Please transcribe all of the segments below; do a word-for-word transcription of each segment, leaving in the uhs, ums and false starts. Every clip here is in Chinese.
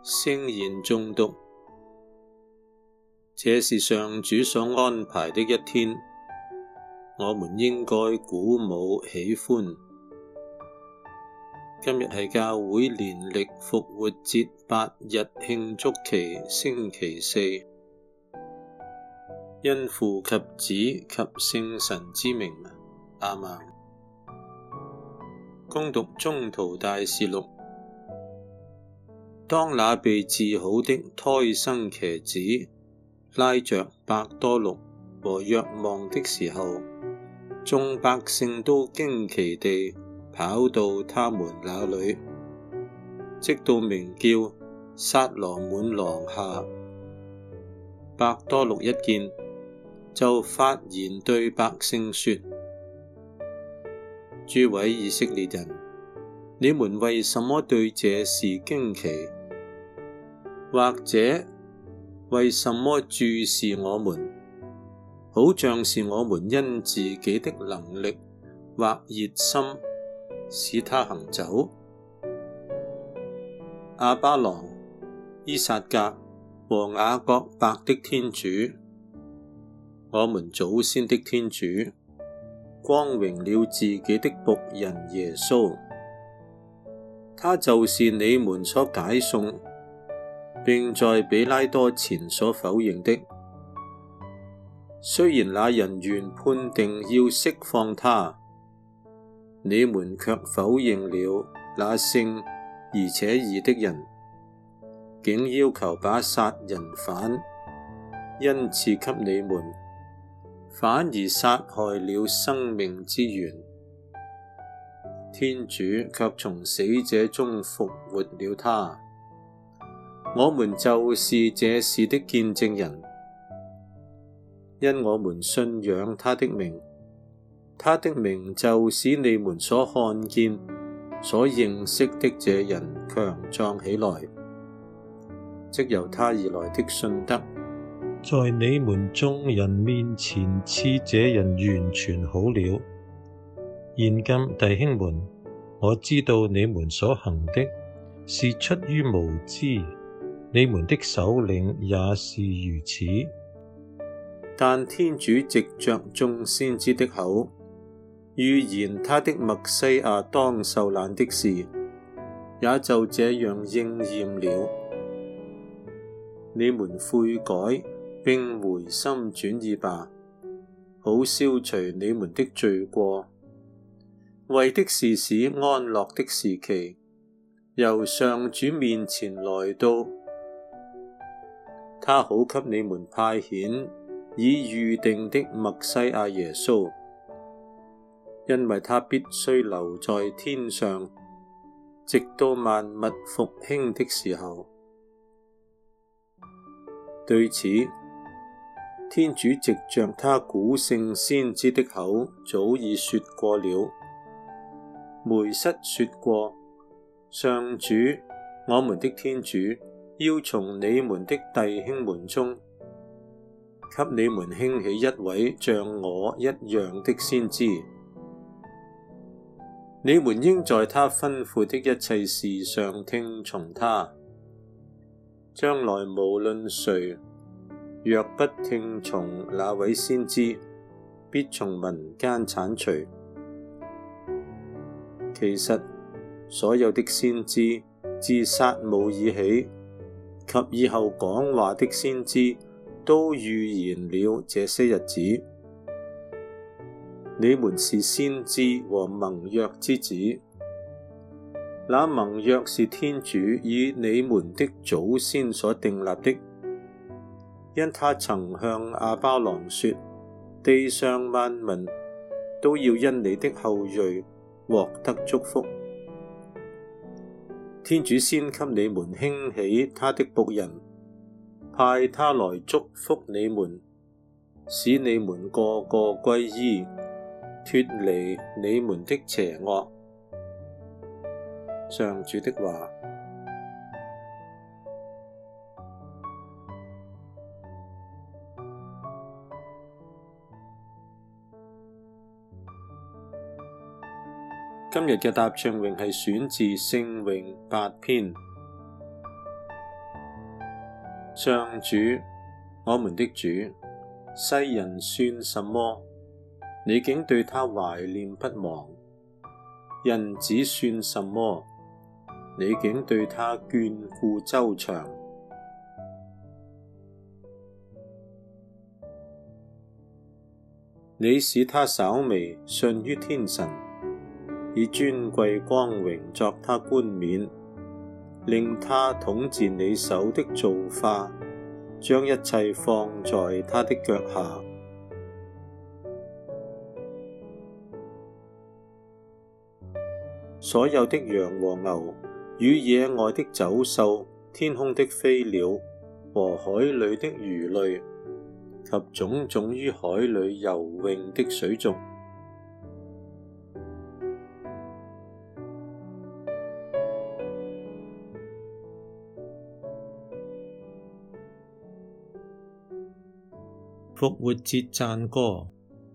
聖言誦讀。這是上主所安排的一天，我們應該鼓舞喜歡。今日係教會年曆復活節八日慶祝期星期四，因父及子及聖神之名，阿們。恭讀宗徒大事錄。當那被治好的胎生瘸子拉着伯多祿和若望的時候，眾百姓都驚奇地跑到他們那裏，即到名叫撒羅滿廊下。伯多祿一見，就發言對百姓說：諸位以色列人，你們為什麼對這事驚奇？或者為什麼注視我們，好像是我們因自己的能力或熱心使他行走？亞巴郎、依撒格和雅各伯的天主，我們祖先的天主，光榮了自己的僕人耶穌，他就是你們所解送，並在彼拉多前所否認的。雖然那人原判定要釋放他，你們卻否認了那聖而且義的人，竟要求把殺人犯恩賜給你們，反而殺害了生命之源。天主卻從死者中復活了他。我們就是這事的見證人，因我們信仰他的名，他的名就使你們所看見、所認識的這人強壯起來，即由他而來的信德，在你們眾人面前賜這人完全好了。現今弟兄們，我知道你們所行的是出於無知，你們的首領也是如此。但天主藉着眾先知的口，預言他的默西亞當受難的事，也就這樣應驗了。你們悔改並回心轉意吧，好消除你們的罪過，為的是使安樂的時期由上主面前來到，他好給你們派遣已預定的默西亞耶穌，因為他必須留在天上，直到萬物復興的時候。對此，天主藉着他古聖先知的口早已說過了。梅瑟說過，上主，我們的天主，要從你們的弟兄們中，給你們興起一位像我一樣的先知。你們應在他吩咐的一切事上聽從他。將來無論誰若不聽從那位先知，必從民間剷除。其實，所有的先知自撒慕爾起，及以後講話的先知，都預言了這些日子。你們是先知和盟約之子，那盟約是天主與你們的祖先所訂立的，因他曾向亞巴郎說，地上萬民都要因你的後裔獲得祝福。天主先給你們興起他的僕人，派他來祝福你們，使你們個個歸依，脫離你們的邪惡。上主的話。今日嘅答唱詠係選自聖詠八篇。 上主，我們的主，世人算什麼？你竟對他懷念不忘；人子算什麼？你竟對他眷顧周詳。你使他稍微遜於天神，以尊貴光榮作他冠冕，令他統治你手的造化，將一切放在他的腳下。所有的羊和牛，與野外的走獸，天空的飛鳥，和海裏的魚類，及種種於海裏游泳的水族，復活節讚歌。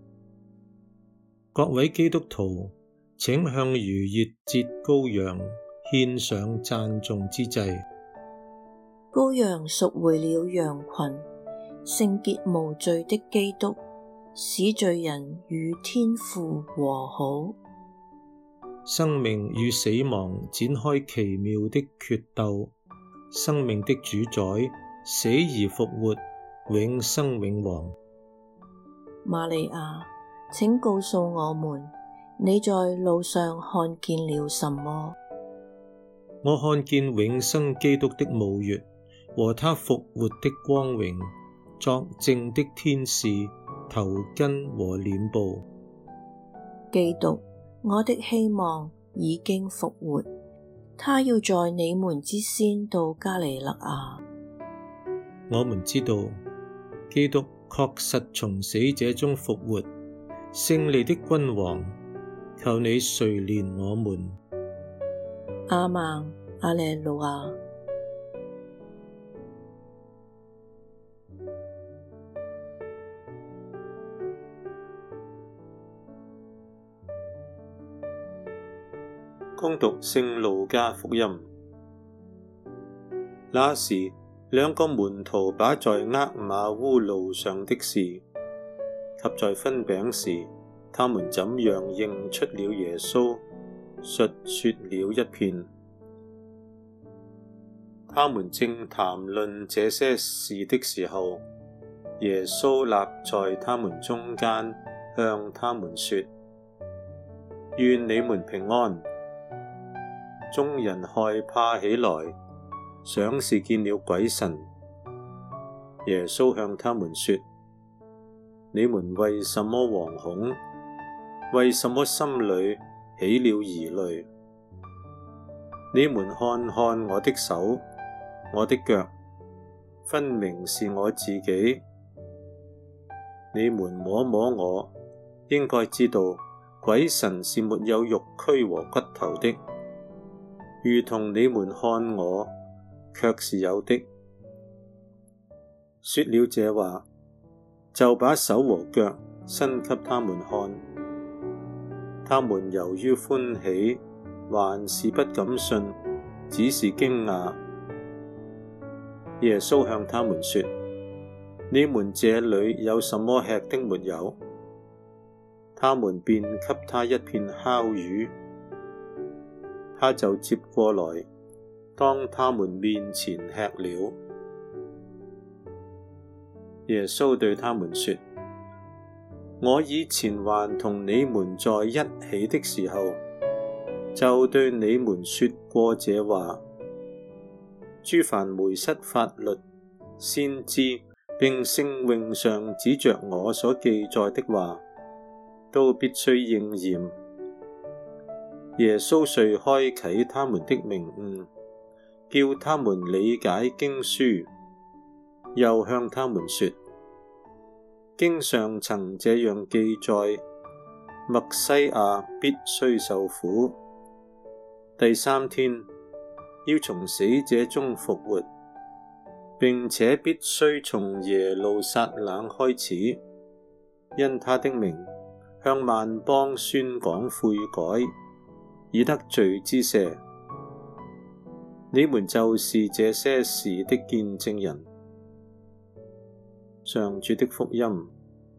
各位基督徒，請向逾越節羔羊獻上讚頌之祭。 羔羊贖回了羊群，聖潔無罪的基督，使罪人與天父和好。 生命與死亡展開奇妙的決鬥，生命的主宰，死而復活，永生永王。 瑪利亞，請告訴我們，你在路上看見了什麼？ 我看見永生基督的墓穴和他復活的光榮，作證的天使、頭巾和臉布。 基督，我的希望已經復活，他要在你們之先到加里肋亞。 我們知道，基督確實從死者中復活，勝利的君王，求你垂憐我們。 阿們，阿肋路亞。 恭讀聖路加福音。那時，兩個門徒把在厄瑪烏路上的事，及在分餅時，他們怎樣認出了耶穌，述說了一遍。他們正談論這些事的時候，耶穌立在他們中間，向他們說：願你們平安。眾人害怕起來，想是見了鬼神。耶穌向他們說：你們為什麼惶恐？為什麼心裏起了疑慮？你們看看我的手，我的腳，分明是我自己。你們摸摸我，應該知道鬼神是沒有肉軀和骨頭的，如同你們看我，卻是有的。說了這話，就把手和腳伸給他們看。他們由於歡喜，還是不敢信，只是驚訝。耶穌向他們說：你們這裏有什麼吃的沒有？他們便給他一片烤魚。他就接過來，當他們面前吃了。耶穌對他們說：我以前還同你們在一起的時候，就對你們說過這話。諸凡梅瑟法律、先知並聖詠上指着我所記載的話，都必須應驗。耶穌遂開啟他們的明悟，叫他們理解經書，又向他們說：經上曾這樣記載，默西亞必須受苦，第三天要從死者中復活，並且必須從耶路撒冷開始，因他的名向萬邦宣講悔改，以得罪之赦。你們就是這些事的見證人。 上主的福音。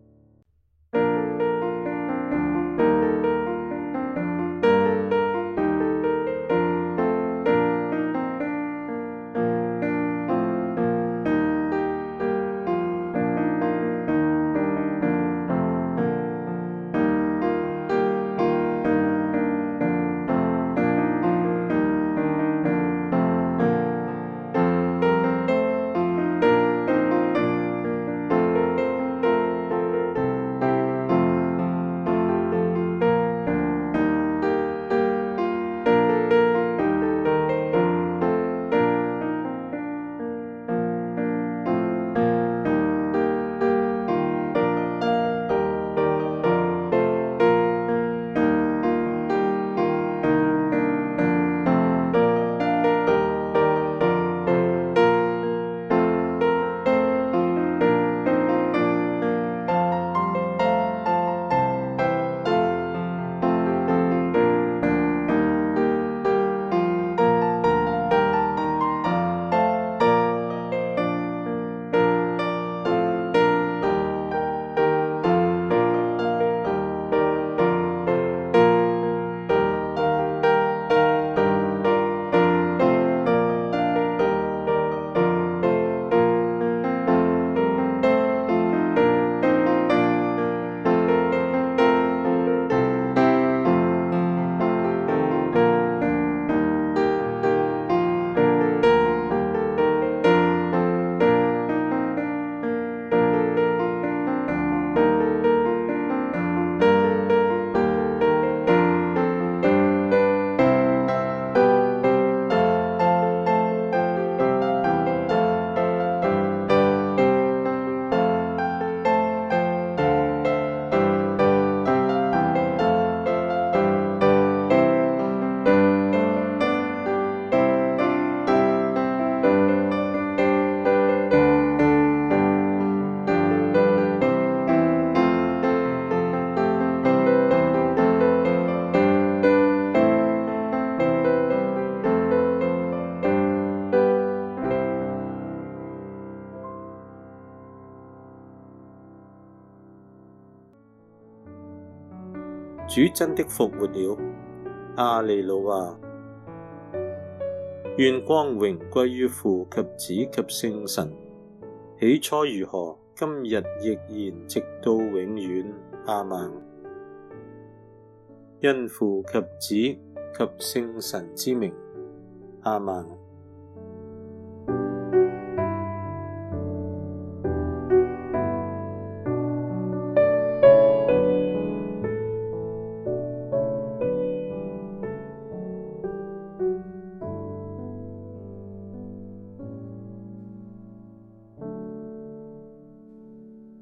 主真的復活了，阿利路亞！願光榮歸於父及子及聖神，起初如何，今日亦然，直到永遠，阿們。因父及子及聖神之名，阿們。